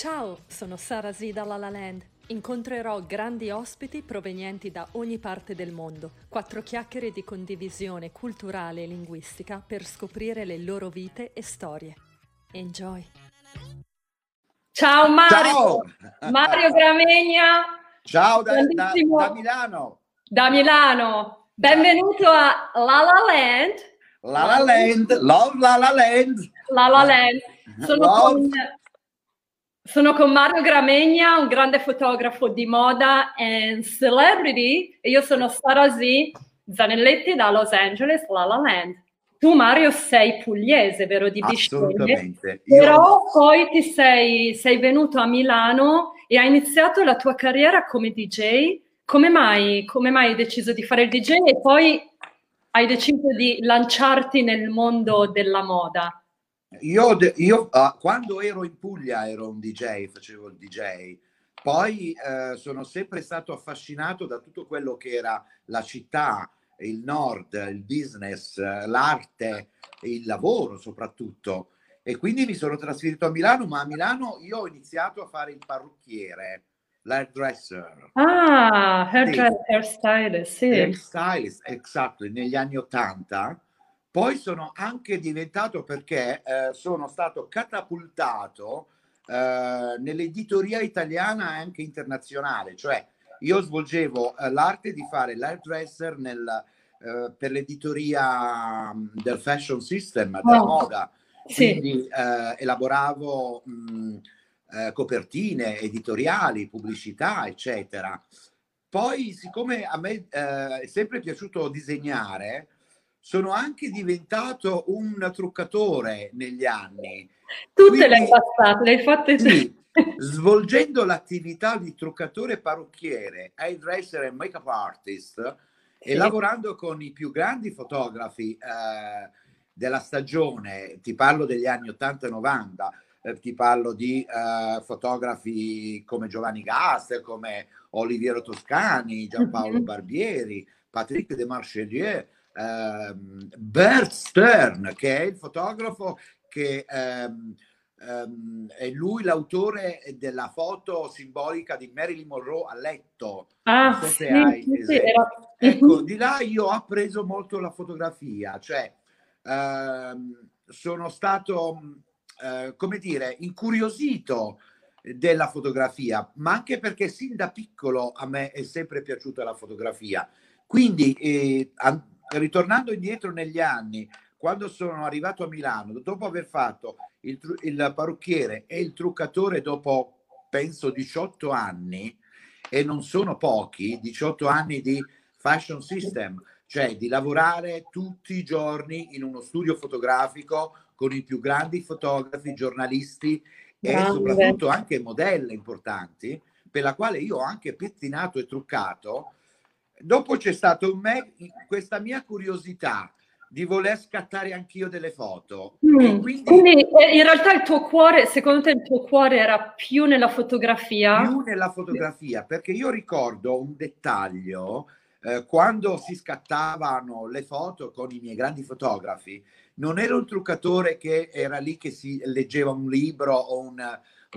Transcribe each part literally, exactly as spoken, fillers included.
Ciao, sono Sara Z da La La Land. Incontrerò grandi ospiti provenienti da ogni parte del mondo. Quattro chiacchiere di condivisione culturale e linguistica per scoprire le loro vite e storie. Enjoy! Ciao Mario! Ciao! Mario Gramegna! Ciao da, da, grandissimo- da Milano! Da Milano! Benvenuto a La La Land! La La Land! Love La La Land! La La Land! Sono Love. con, sono con Mario Gramegna, un grande fotografo di moda e celebrity, e io sono Sara Z Zanelletti da Los Angeles, La La Land. Tu Mario sei pugliese, vero, di Bisceglie? Assolutamente. Però poi ti sei, sei venuto a Milano e hai iniziato la tua carriera come D J. Come mai, come mai hai deciso di fare il D J e poi hai deciso di lanciarti nel mondo della moda? Io, io uh, quando ero in Puglia ero un D J, facevo il D J. Poi uh, sono sempre stato affascinato da tutto quello che era la città, il nord, il business, l'arte, il lavoro soprattutto. E quindi mi sono trasferito a Milano, ma a Milano io ho iniziato a fare il parrucchiere, l'hairdresser. Ah, Sì. hairstylist, sì. Hairstylist, esatto, negli anni Ottanta. Poi sono anche diventato, perché eh, sono stato catapultato eh, nell'editoria italiana e anche internazionale, cioè io svolgevo eh, l'arte di fare l'hairdresser nel, eh, per l'editoria mh, del fashion system, della Oh, moda, sì. quindi eh, elaboravo mh, eh, copertine, editoriali, pubblicità, eccetera. Poi, siccome a me eh, è sempre piaciuto disegnare, sono anche diventato un truccatore negli anni. Tutte le hai Quindi, passate, le hai fatte sì, tutte. svolgendo l'attività di truccatore parrucchiere, hairdresser e make-up artist, Sì. e lavorando con i più grandi fotografi eh, della stagione, ti parlo degli anni ottanta e novanta, eh, ti parlo di eh, fotografi come Giovanni Gaster, come Oliviero Toscani, Giampaolo Mhm. Barbieri, Patrick de Marchelier, ehm, Bert Stern, che è il fotografo che ehm, ehm, è lui l'autore della foto simbolica di Marilyn Monroe a letto. Ah, Non so sì, se hai sì, sì, esempio. era... Ecco, Mhm. di là io ho appreso molto la fotografia, cioè ehm, sono stato, eh, come dire, incuriosito della fotografia, ma anche perché sin da piccolo a me è sempre piaciuta la fotografia. Quindi, eh, an- ritornando indietro negli anni, quando sono arrivato a Milano, dopo aver fatto il, tru- il parrucchiere e il truccatore dopo, penso, diciotto anni, e non sono pochi, diciotto anni di fashion system, cioè di lavorare tutti i giorni in uno studio fotografico con i più grandi fotografi, giornalisti e Grande. soprattutto anche modelle importanti, per la quale io ho anche pettinato e truccato. Dopo c'è stato me, questa mia curiosità di voler scattare anch'io delle foto. Mm. E quindi, Quindi eh, in realtà il tuo cuore, secondo te il tuo cuore era più nella fotografia? più nella fotografia, perché io ricordo un dettaglio, eh, quando si scattavano le foto con i miei grandi fotografi, non ero un truccatore che era lì che si leggeva un libro o un,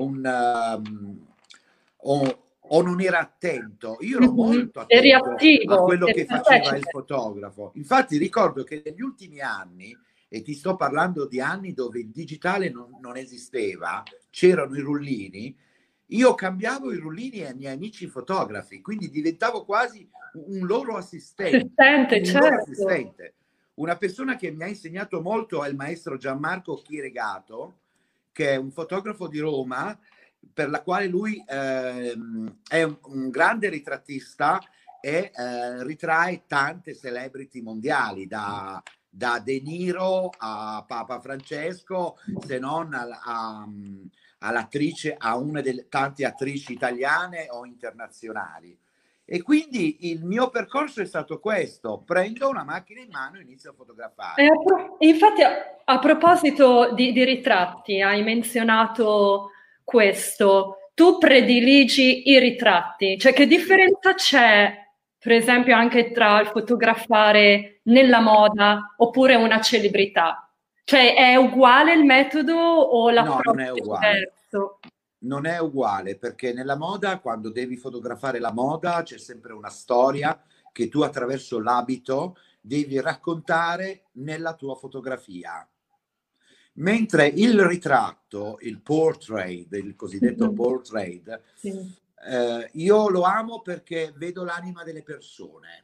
un um, o, o non era attento. Io ero Mhm. molto Eri attento a attivo, quello eri che faceva il partecipe. fotografo. Infatti ricordo che negli ultimi anni, e ti sto parlando di anni dove il digitale non, non esisteva, c'erano i rullini, io cambiavo i rullini ai miei amici fotografi, quindi diventavo quasi un loro assistente, Assistente, un loro certo. assistente. Una persona che mi ha insegnato molto è il maestro Gianmarco Chieregato, che è un fotografo di Roma, per la quale lui ehm, è un, un grande ritrattista e eh, ritrae tante celebrity mondiali, da, da De Niro a Papa Francesco, se non a, a, all'attrice, a una delle tante attrici italiane o internazionali. E quindi il mio percorso è stato questo: prendo una macchina in mano e inizio a fotografare. E a pro- infatti, a, a proposito di, di ritratti, hai menzionato questo. Tu prediligi i ritratti, cioè che differenza c'è, per esempio, anche tra il fotografare nella moda oppure una celebrità? Cioè, è uguale il metodo o No, non è l'approccio è uguale. diverso? non è uguale, perché nella moda, quando devi fotografare la moda, c'è sempre una storia che tu attraverso l'abito devi raccontare nella tua fotografia. Mentre il ritratto, il portrait, il cosiddetto Mhm. portrait, Sì. eh, io lo amo perché vedo l'anima delle persone,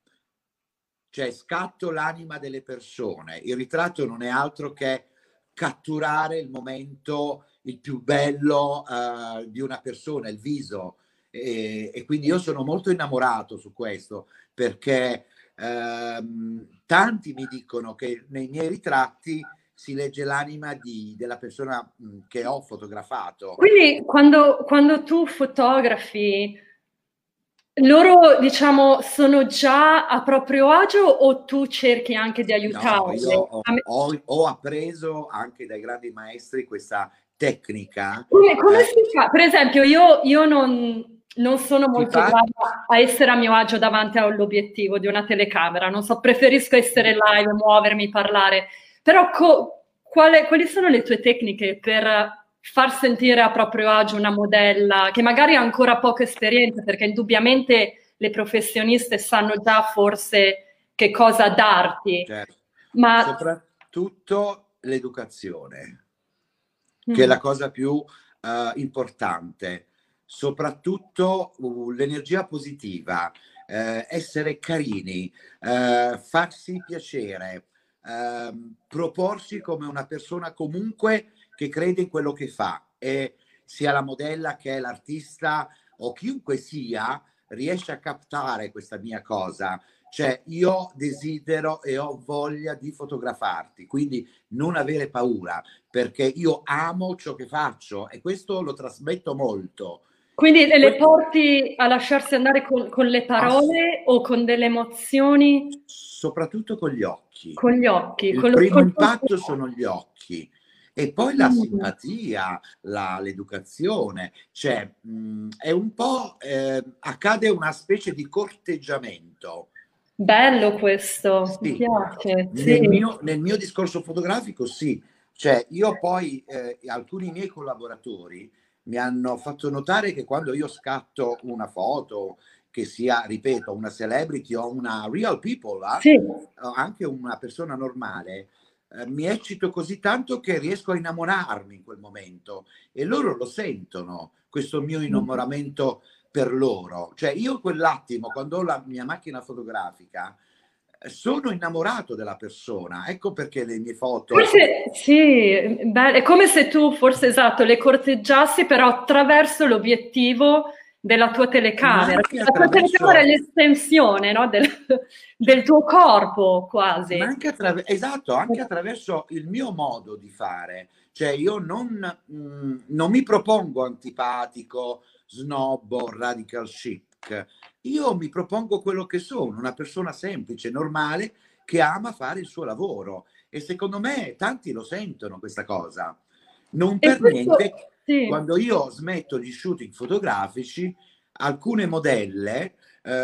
cioè scatto l'anima delle persone. Il ritratto non è altro che catturare il momento, il più bello eh, di una persona, il viso. E, e quindi io sono molto innamorato su questo, perché ehm, tanti mi dicono che nei miei ritratti si legge l'anima di, della persona mh, che ho fotografato. Quindi quando, quando tu fotografi, loro, diciamo, sono già a proprio agio o tu cerchi anche di No, io aiutarli? ho, A me- ho- ho appreso anche dai grandi maestri questa tecnica. Come, come Eh, si fa? Per esempio, io, io non, non sono si molto fa. brava a essere a mio agio davanti all'obiettivo di una telecamera, non so, preferisco essere live, muovermi, parlare, però co- quale- quali sono le tue tecniche per far sentire a proprio agio una modella che magari ha ancora poca esperienza, perché indubbiamente le professioniste sanno già forse che cosa darti, Certo. ma... Soprattutto l'educazione, che è Mm, la cosa più eh, importante, soprattutto uh, l'energia positiva, eh, essere carini, eh, farsi piacere, ehm, proporsi come una persona comunque che crede in quello che fa, e sia la modella che l'artista o chiunque sia riesce a captare questa mia cosa. Cioè, io desidero e ho voglia di fotografarti, quindi non avere paura, perché io amo ciò che faccio e questo lo trasmetto molto. quindi le Que- porti a lasciarsi andare con, con le ass- parole o con delle emozioni? Soprattutto con gli occhi. Con gli occhi, Il con lo, primo col tuo impatto sono gli occhi. E poi la Mm. simpatia, la- l'educazione, cioè mh, è un po', eh, accade una specie di corteggiamento. Bello questo, mi Sì, piace, sì. nel mio, nel mio discorso fotografico sì, cioè io poi, eh, alcuni miei collaboratori mi hanno fatto notare che quando io scatto una foto, che sia, ripeto, una celebrity o una real people, eh, Sì. o anche una persona normale, eh, mi eccito così tanto che riesco a innamorarmi in quel momento, e loro lo sentono, questo mio innamoramento per loro. Cioè io quell'attimo, quando ho la mia macchina fotografica, sono innamorato della persona, ecco perché le mie foto... Forse sì, beh, è come se tu, forse esatto, le corteggiassi però attraverso l'obiettivo della tua Ma telecamera. anche La tua telecamera è attraverso, l'estensione, no, del, del tuo corpo ma quasi. anche attraver- esatto, anche attraverso il mio modo di fare. Cioè io non, mh, non mi propongo antipatico, snob o radical chic. Io mi propongo quello che sono, una persona semplice, normale, che ama fare il suo lavoro. E secondo me tanti lo sentono questa cosa. Non E per questo, niente, sì. quando io smetto gli shooting fotografici, alcune modelle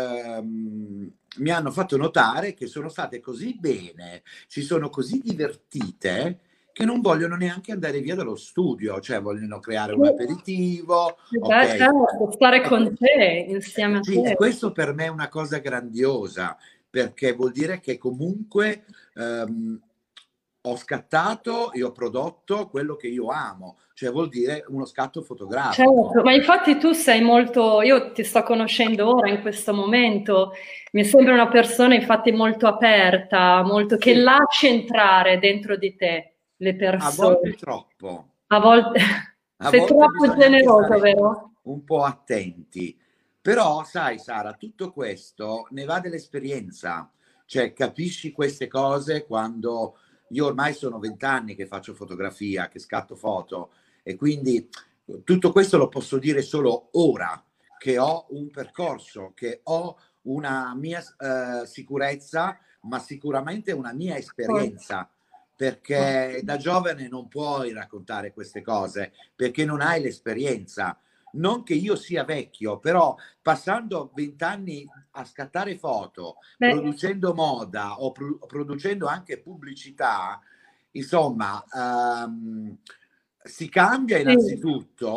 ehm, mi hanno fatto notare che sono state così bene, si sono così divertite, che non vogliono neanche andare via dallo studio, cioè vogliono creare un aperitivo, Beh, ok? certo, stare E que- con te, insieme a sì, e te. questo per me è una cosa grandiosa, perché vuol dire che comunque ehm, ho scattato e ho prodotto quello che io amo, cioè vuol dire uno scatto fotografico. Certo, ma infatti tu sei molto, io ti sto conoscendo ora in questo momento, mi sembra una persona infatti molto aperta, molto che Sì, lascia entrare dentro di te le a volte persone. troppo. A volte A sei volte troppo bisogna anche generoso, stare vero? un po' attenti. Però, sai, Sara, tutto questo ne va dell'esperienza. Cioè, capisci queste cose quando io ormai sono vent'anni che faccio fotografia, che scatto foto, e quindi tutto questo lo posso dire solo ora, che ho un percorso, che ho una mia eh, sicurezza, ma sicuramente una mia esperienza, perché da giovane non puoi raccontare queste cose perché non hai l'esperienza. Non che io sia vecchio, però passando vent'anni a scattare foto, Beh, producendo moda o pro- producendo anche pubblicità, insomma, ehm, si cambia sì, innanzitutto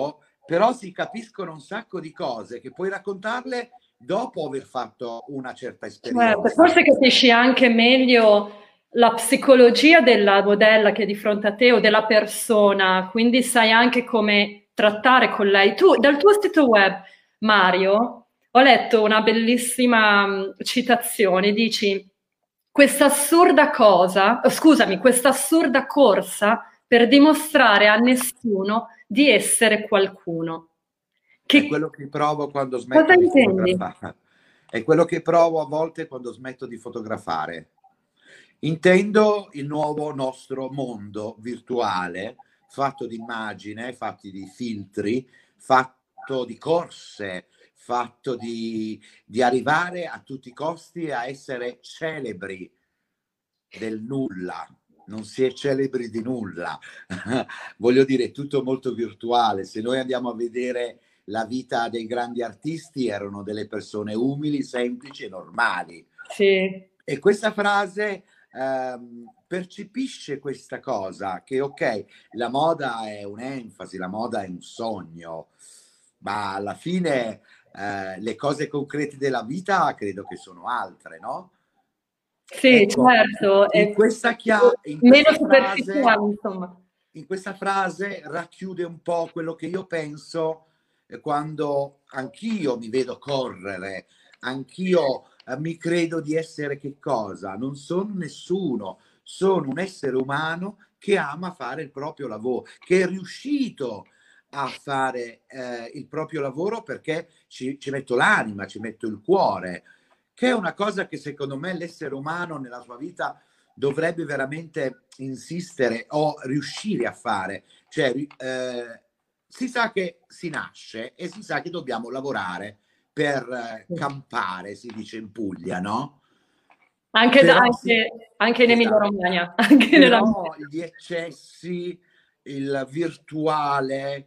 però si capiscono un sacco di cose che puoi raccontarle dopo aver fatto una certa esperienza. Certo, forse capisci anche meglio la psicologia della modella che è di fronte a te o della persona, quindi sai anche come trattare con lei. Tu, dal tuo sito web, Mario, ho letto una bellissima mh, citazione, dici, questa assurda cosa, oh, scusami, questa assurda corsa per dimostrare a nessuno di essere qualcuno. Che... È quello che provo quando smetto Cosa di intendi? fotografare. È quello che provo a volte quando smetto di fotografare. Intendo il nuovo nostro mondo virtuale, fatto di immagine, fatto di filtri, fatto di corse, fatto di, di arrivare a tutti i costi a essere celebri del nulla. Non si è celebri di nulla. Voglio dire, è tutto molto virtuale. Se noi andiamo a vedere la vita dei grandi artisti, erano delle persone umili, semplici e normali. Sì. E questa frase ehm, percepisce questa cosa, che ok, la moda è un'enfasi, la moda è un sogno, ma alla fine eh, le cose concrete della vita credo che sono altre, no? Sì, Ecco, certo. in È questa, chia- in meno questa frase, superficiale, insomma. in questa frase racchiude un po' quello che io penso eh, quando anch'io mi vedo correre, anch'io eh, mi credo di essere che cosa? Non sono nessuno, sono un essere umano che ama fare il proprio lavoro, che è riuscito a fare eh, il proprio lavoro perché ci, ci metto l'anima, ci metto il cuore, che è una cosa che secondo me l'essere umano nella sua vita dovrebbe veramente insistere o riuscire a fare. Cioè, eh, si sa che si nasce e si sa che dobbiamo lavorare per eh, campare, si dice in Puglia, no? Anche, da, Però anche, si, anche in esatto, Emilia Romagna. Anche però nella... gli eccessi, il virtuale,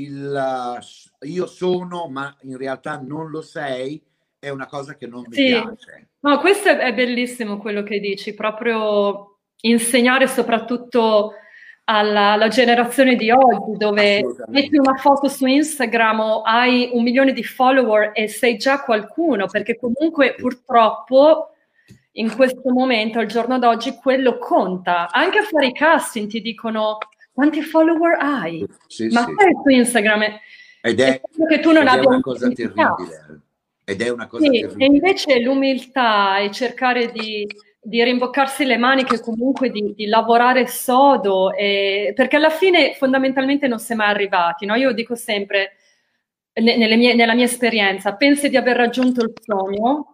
il io sono ma in realtà non lo sei, è una cosa che non mi Sì, piace. no, questo è, è bellissimo quello che dici, proprio insegnare soprattutto alla, alla generazione di oggi, dove metti una foto su Instagram o hai un milione di follower e sei già qualcuno, perché comunque purtroppo in questo momento, al giorno d'oggi, quello conta. Anche a fare i casting ti dicono quanti follower hai, Sì, ma sì. sei su Instagram e, Ed è, e che tu non ed è abbia una cosa un'identità. terribile. Ed è una cosa Sì, terribile. e invece l'umiltà e cercare di, di rimboccarsi le maniche, comunque di, di lavorare sodo, e, perché alla fine fondamentalmente non si è mai arrivati, no? Io dico sempre, ne, nelle mie, nella mia esperienza, pensi di aver raggiunto il sogno,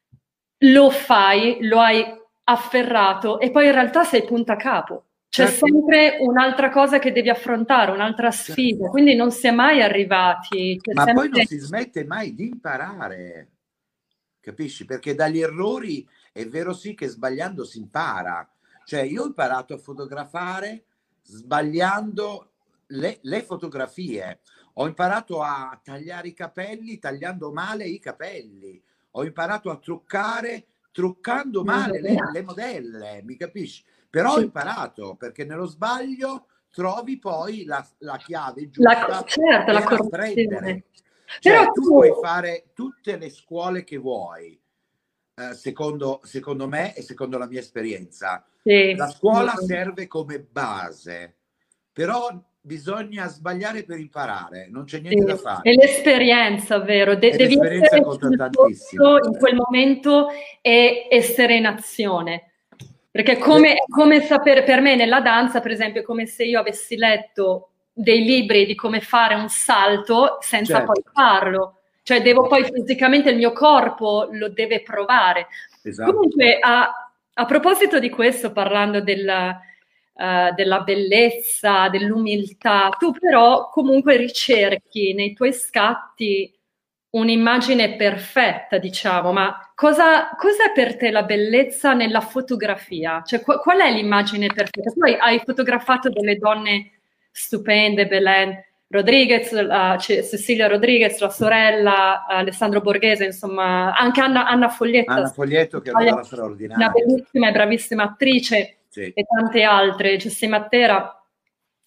lo fai, lo hai afferrato e poi in realtà sei punta a capo. C'è Certo. sempre un'altra cosa che devi affrontare, un'altra sfida, Certo. quindi non si è mai arrivati. C'è Ma sempre... poi non si smette mai di imparare, capisci? Perché dagli errori è vero sì che sbagliando si impara. Cioè io ho imparato a fotografare sbagliando le, le fotografie, ho imparato a tagliare i capelli tagliando male i capelli, ho imparato a truccare truccando male le, le modelle, mi capisci? Però ho imparato, perché nello sbaglio trovi poi la, la chiave giusta La, certo, la per corruzione. apprendere. Cioè, Però tu tu... puoi fare tutte le scuole che vuoi, eh, secondo, secondo me e secondo la mia esperienza. Sì. La scuola serve come base, però bisogna sbagliare per imparare, non c'è niente Sì. da fare. E l'esperienza, vero? De- E devi l'esperienza essere conta sul tantissimo. posto in quel momento e essere in azione. Perché come, è come sapere, per me nella danza, per esempio, è come se io avessi letto dei libri di come fare un salto senza Certo. poi farlo. Cioè devo poi fisicamente, il mio corpo lo deve provare. Esatto. Comunque, a, a proposito di questo, parlando della, uh, della bellezza, dell'umiltà, tu però comunque ricerchi nei tuoi scatti un'immagine perfetta, diciamo, ma cosa, cos'è per te la bellezza nella fotografia? Cioè, qu- qual è l'immagine perfetta? Tu hai, hai fotografato delle donne stupende, Belen Rodriguez, uh, Cecilia Rodriguez, la sorella, uh, Alessandro Borghese, insomma, anche Anna, Anna Foglietta. Anna Foglietto, che è una donna straordinaria. Una bellissima e bravissima attrice, sì. E tante altre, Jessie Matera.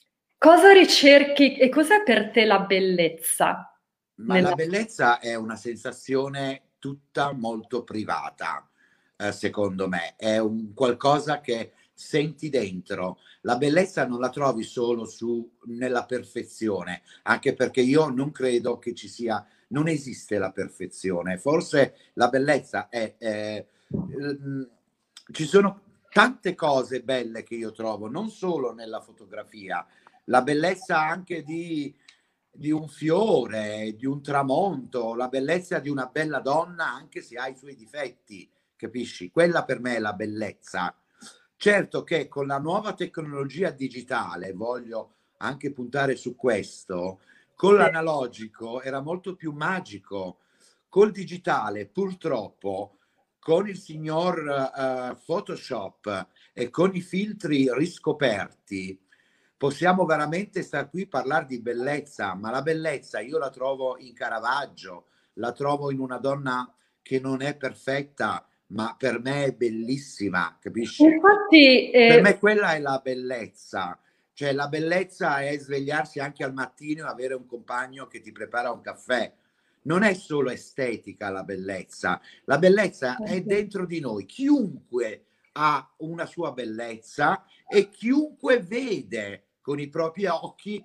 cosa ricerchi e cos'è per te la bellezza? Ma Nella... la bellezza è una sensazione tutta molto privata, eh, secondo me, è un qualcosa che senti dentro. La bellezza non la trovi solo su, nella perfezione, anche perché io non credo che ci sia, non esiste la perfezione. Forse la bellezza è, è ehm, ci sono tante cose belle che io trovo, non solo nella fotografia, la bellezza anche di di un fiore, di un tramonto, la bellezza di una bella donna, anche se ha i suoi difetti, capisci? Quella per me è la bellezza. Certo che con la nuova tecnologia digitale, voglio anche puntare su questo, con l'analogico era molto più magico. Col digitale, purtroppo, con il signor uh, Photoshop e con i filtri riscoperti, possiamo veramente stare qui a parlare di bellezza, ma la bellezza io la trovo in Caravaggio, la trovo in una donna che non è perfetta, ma per me è bellissima, capisci? Infatti, eh... per me quella è la bellezza. Cioè la bellezza è svegliarsi anche al mattino e avere un compagno che ti prepara un caffè. Non è solo estetica la bellezza, la bellezza è dentro di noi. Chiunque ha una sua bellezza e chiunque vede con i propri occhi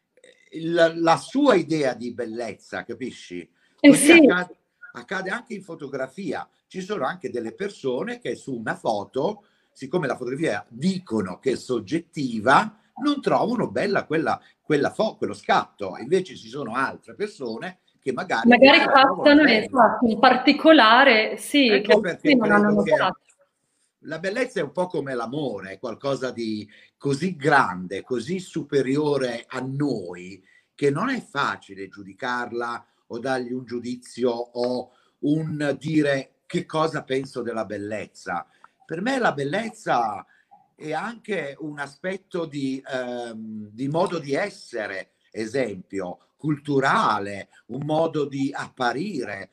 la, la sua idea di bellezza, capisci? Così eh sì. accade, accade anche in fotografia. Ci sono anche delle persone che su una foto, siccome la fotografia dicono che è soggettiva, non trovano bella quella, quella fo- quello scatto. Invece ci sono altre persone che magari, magari passano esatto, in particolare, sì, ecco che perché non hanno credo che notato. la bellezza è un po' come l'amore, è qualcosa di così grande, così superiore a noi, che non è facile giudicarla o dargli un giudizio o un dire che cosa penso della bellezza. Per me la bellezza è anche un aspetto di, ehm, di modo di essere, esempio, culturale, un modo di apparire,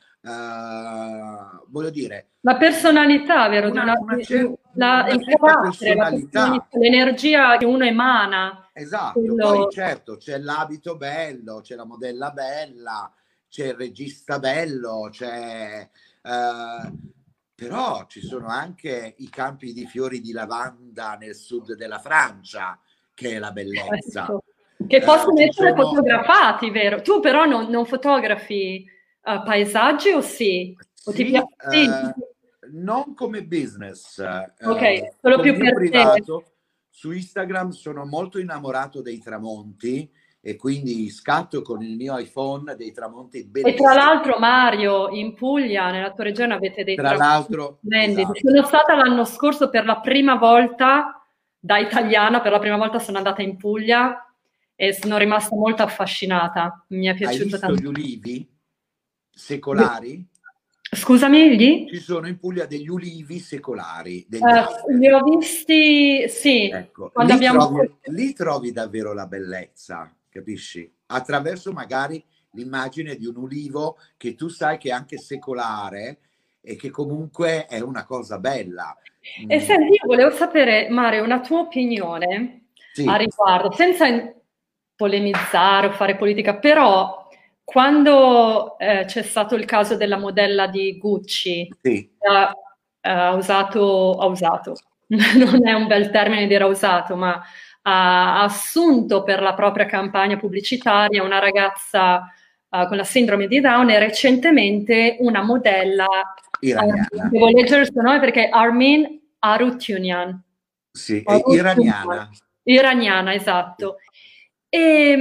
eh, voglio dire... La personalità, vero? Una, Una, una, cer- la, una il certa carattere, la personalità. l'energia che uno emana. Esatto, Quello... poi certo c'è l'abito bello, c'è la modella bella, c'è il regista bello, c'è... Eh, però ci sono anche i campi di fiori di lavanda nel sud della Francia, che è la bellezza. Che possono eh, essere sono... fotografati, vero? Tu però non, non fotografi uh, paesaggi o sì? O Sì, ti piace? Sì. eh, non come business, Ok, eh, solo come più mio per te. privato. Su Instagram sono molto innamorato dei tramonti e quindi scatto con il mio iPhone dei tramonti bellissimi. E tra l'altro Mario, in Puglia, nella tua regione, avete dei Tra tramonti l'altro, splendidi. esatto. Sono stata l'anno scorso per la prima volta, da italiana, per la prima volta sono andata in Puglia e sono rimasta molto affascinata. Mi è piaciuto Hai visto tanto. gli ulivi secolari? Scusami, gli? Ci sono in Puglia degli ulivi secolari, degli Uh, alberi. li ho visti, sì. Ecco, Quando lì, abbiamo... trovi, lì trovi davvero la bellezza, capisci? Attraverso magari l'immagine di un ulivo che tu sai che è anche secolare e che comunque è una cosa bella. E senti, io volevo sapere, Mario, una tua opinione Sì. a riguardo, senza polemizzare o fare politica, però quando eh, c'è stato il caso della modella di Gucci, Sì. ha, ha usato, ha usato, non è un bel termine dire ha usato, ma ha assunto per la propria campagna pubblicitaria una ragazza uh, con la sindrome di Down e recentemente una modella iraniana. Uh, devo leggere il suo nome perché Armin Arutyunyan. Sì, è iraniana. Iraniana, esatto. E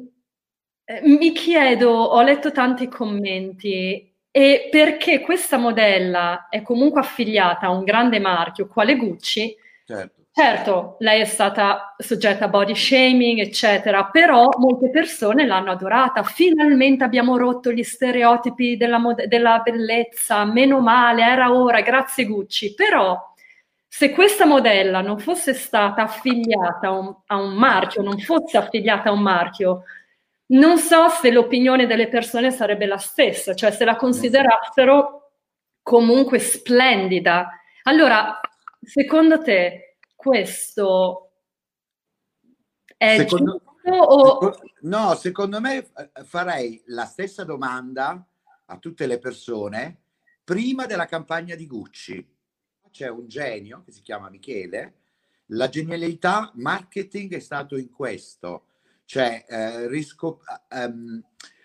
mi chiedo, ho letto tanti commenti, e perché questa modella è comunque affiliata a un grande marchio quale Gucci, certo. Certo, lei è stata soggetta a body shaming, eccetera, però molte persone l'hanno adorata. Finalmente abbiamo rotto gli stereotipi della, mod- della bellezza, meno male, era ora, grazie Gucci. Però se questa modella non fosse stata affiliata a un, a un marchio, non fosse affiliata a un marchio, non so se l'opinione delle persone sarebbe la stessa, cioè se la considerassero comunque splendida. Allora, secondo te questo è secondo, o... No, secondo me farei la stessa domanda a tutte le persone prima della campagna di Gucci. C'è un genio che si chiama Michele. La genialità marketing è stato in questo, cioè eh, riscop- ehm,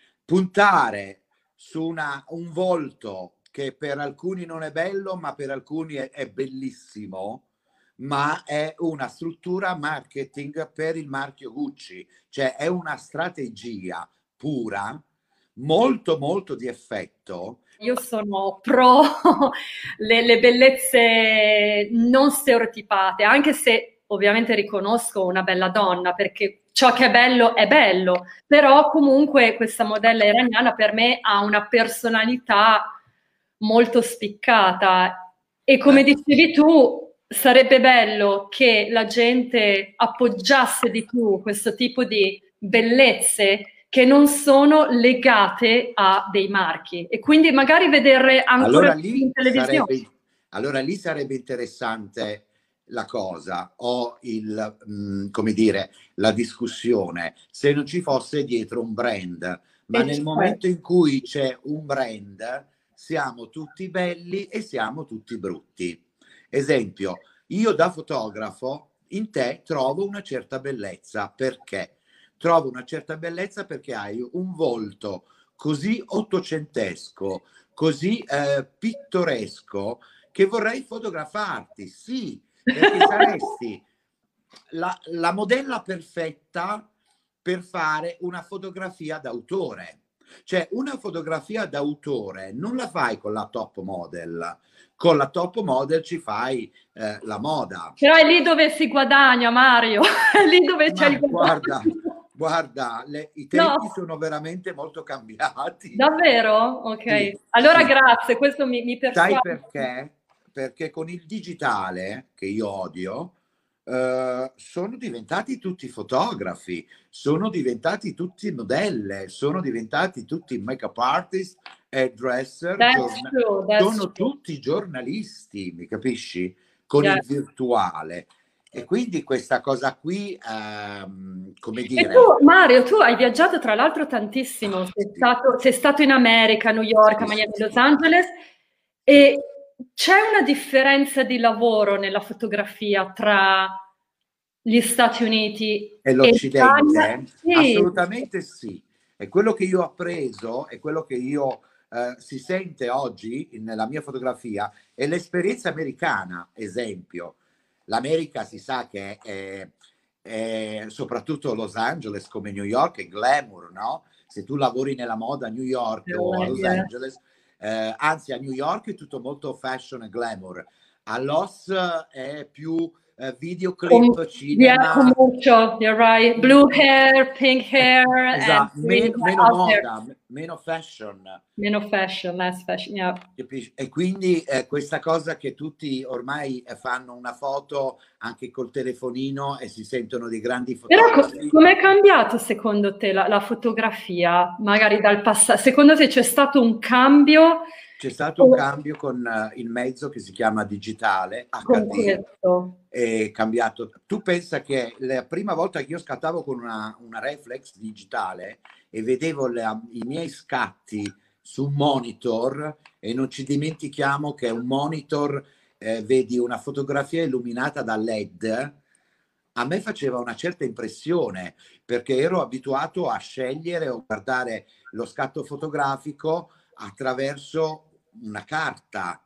puntare su una, un volto che per alcuni non è bello, ma per alcuni è, è bellissimo, ma è una struttura marketing per il marchio Gucci, cioè è una strategia pura, molto molto di effetto. Io sono pro le, le bellezze non stereotipate, anche se ovviamente riconosco una bella donna, perché ciò che è bello è bello, però comunque questa modella iraniana per me ha una personalità molto spiccata e come dicevi tu sarebbe bello che la gente appoggiasse di più questo tipo di bellezze che non sono legate a dei marchi e quindi magari vederle ancora allora più lì in televisione. sarebbe, allora lì sarebbe interessante la cosa o il, mh, come dire, la discussione se non ci fosse dietro un brand, ma E nel cioè, momento in cui c'è un brand siamo tutti belli e siamo tutti brutti. Esempio, io da fotografo in te trovo una certa bellezza. Perché? Trovo una certa bellezza perché hai un volto così ottocentesco, così eh, pittoresco, che vorrei fotografarti, sì, perché saresti la, la modella perfetta per fare una fotografia d'autore. Cioè una fotografia d'autore non la fai con la top model, con la top model ci fai eh, la moda. però è lì dove si guadagna, Mario, è lì dove c'è Ma il guadagno. guarda, guarda, le, i tempi No, sono veramente molto cambiati. davvero? Ok. Sì, Allora sì. grazie, questo mi, mi Sai persuade. perché? Perché con il digitale, che io odio, eh, sono diventati tutti fotografi, sono diventati tutti modelle, sono diventati tutti make-up artist, hairdresser, That's giorna- true, that's sono true. tutti giornalisti, mi capisci? Con Yeah. il virtuale. E quindi questa cosa qui, ehm, come E dire... tu, Mario, tu hai viaggiato tra l'altro tantissimo, Ah, sei sì. stato, sei stato in America, a New York, a Sì, Miami, sì, Los sì. Angeles, e c'è una differenza di lavoro nella fotografia tra gli Stati Uniti E e l'Italia? l'Occidente? Sì, Assolutamente sì. È quello che io ho appreso, è quello che io eh, si sente oggi nella mia fotografia, è l'esperienza americana, esempio. L'America si sa che è, è, soprattutto Los Angeles come New York è glamour, no? Se tu lavori nella moda a New York o a Los yeah. Angeles, eh, anzi a New York è tutto molto fashion e glamour. A Los è più Uh, videoclip, Com- yeah, cinema, commercial, you're right. Blue hair, pink hair, and esatto, green meno, meno out there. moda, meno fashion. Meno fashion, less fashion, yeah. E quindi eh, questa cosa che tutti ormai fanno una foto anche col telefonino e si sentono dei grandi Però fotografi. com'è cambiato secondo te la, la fotografia, magari dal passato? Secondo te c'è stato un cambio? C'è stato un cambio con uh, il mezzo che si chiama digitale, con H D, questo? è cambiato. Tu pensa che la prima volta che io scattavo con una, una reflex digitale e vedevo le, i miei scatti su un monitor, e non ci dimentichiamo che un monitor, eh, vedi una fotografia illuminata da L E D, a me faceva una certa impressione perché ero abituato a scegliere o guardare lo scatto fotografico attraverso una carta,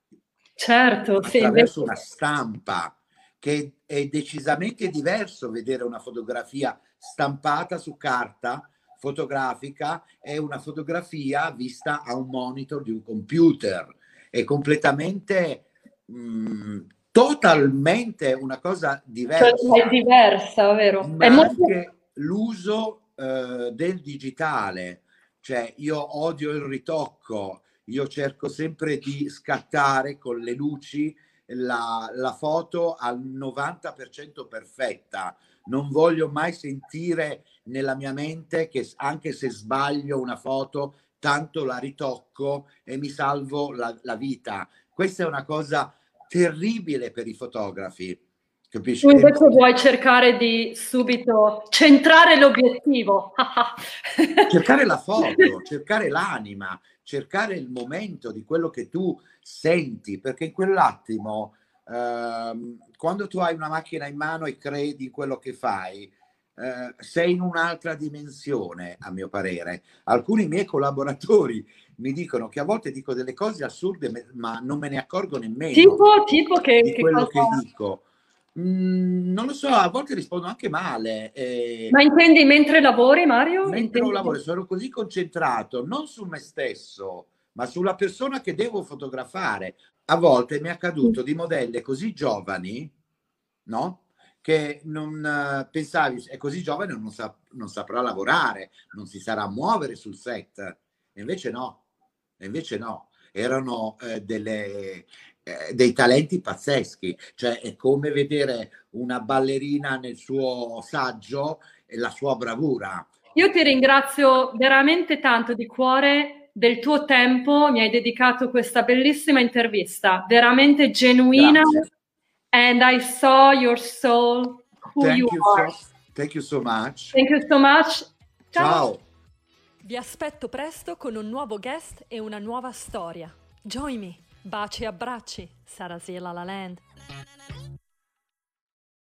Certo, sì, attraverso invece... una stampa, che è decisamente diverso vedere una fotografia stampata su carta fotografica e una fotografia vista a un monitor di un computer. È completamente mh, totalmente una cosa diversa. Cioè, è diversa, vero? Ma È molto... anche l'uso eh, del digitale, cioè io odio il ritocco, io cerco sempre di scattare con le luci la, la foto al novanta per cento perfetta, non voglio mai sentire nella mia mente che anche se sbaglio una foto tanto la ritocco e mi salvo la, la vita. Questa è una cosa terribile per i fotografi, capisci? Tu invece vuoi cercare di subito centrare l'obiettivo. Cercare la foto, cercare l'anima, cercare il momento di quello che tu senti, perché in quell'attimo, ehm, quando tu hai una macchina in mano e credi in quello che fai, eh, sei in un'altra dimensione, a mio parere. Alcuni miei collaboratori mi dicono che a volte dico delle cose assurde, ma non me ne accorgo nemmeno Tipo, tipo che, di che quello cosa... che dico. Mm, non lo so, a volte rispondo anche male. eh, Ma intendi mentre lavori, Mario? Mentre Intendi... lavoro sono così concentrato non su me stesso, ma sulla persona che devo fotografare. A volte mi è accaduto di modelle così giovani, no? Che non eh, pensavi, è così giovane, non, sa, non saprà lavorare, non si sarà muovere sul set. E invece no, e invece no. Erano eh, delle, eh, dei talenti pazzeschi. Cioè è come vedere una ballerina nel suo saggio e la sua bravura. Io ti ringrazio veramente tanto di cuore del tuo tempo, mi hai dedicato questa bellissima intervista, veramente genuina, Grazie. and I saw your soul, who you Thank you are. so, thank you so much. Thank you so much. Ciao. Ciao. Vi aspetto presto con un nuovo guest e una nuova storia. Join me. Baci e abbracci. Sarasiela La Land.